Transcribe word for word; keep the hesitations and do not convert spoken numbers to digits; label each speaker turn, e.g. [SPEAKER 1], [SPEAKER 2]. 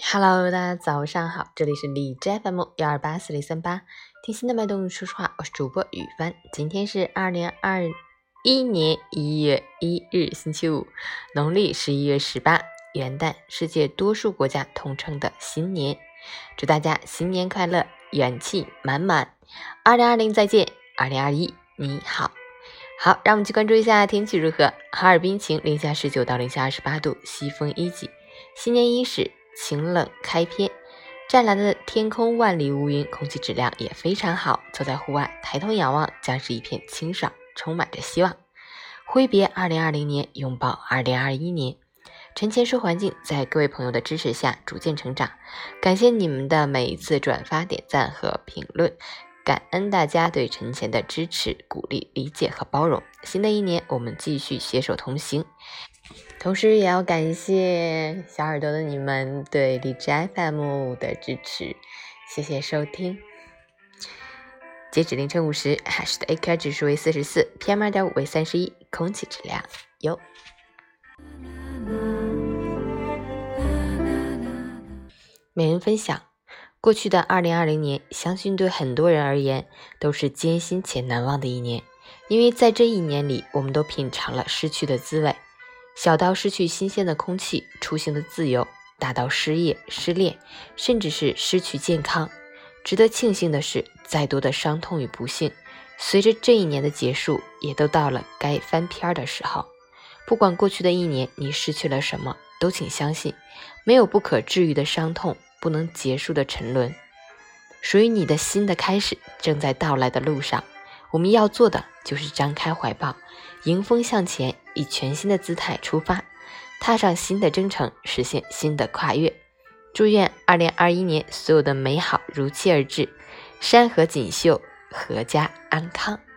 [SPEAKER 1] Hello， 大家早上好，这里是荔枝 F M 一二八四零三八，听心的脉动，说实话，我是主播雨帆。今天是二零二一年一月一日，星期五，农历十一月十八，元旦，世界多数国家统称的新年。祝大家新年快乐，元气满满。二零二零再见，二零二一你好。好，让我们去关注一下天气如何。哈尔滨晴，零下十九到零下二十八度，西风一级。新年伊始，晴冷开篇，湛蓝的天空万里无云，空气质量也非常好。走在户外，抬头仰望，将是一片清爽，充满着希望。挥别二零二零年，拥抱二零二一年。陈前说环境在各位朋友的支持下逐渐成长，感谢你们的每一次转发、点赞和评论，感恩大家对陈前的支持、鼓励、理解和包容。新的一年，我们继续携手同行。同时也要感谢小耳朵的你们对荔枝 F M 的支持，谢谢收听。截止凌晨五时 Hash 的 A Q I 指数为四十四， P M 二点五 为三十一，空气质量优。每人分享，过去的二零二零年，相信对很多人而言都是艰辛且难忘的一年，因为在这一年里，我们都品尝了失去的滋味，小到失去新鲜的空气、出行的自由，大到失业、失恋，甚至是失去健康。值得庆幸的是，再多的伤痛与不幸，随着这一年的结束，也都到了该翻篇的时候。不管过去的一年你失去了什么，都请相信，没有不可治愈的伤痛，不能结束的沉沦。属于你的新的开始正在到来的路上，我们要做的就是张开怀抱，迎风向前，以全新的姿态出发，踏上新的征程，实现新的跨越。祝愿二零二一年所有的美好如期而至，山河锦绣，阖家安康。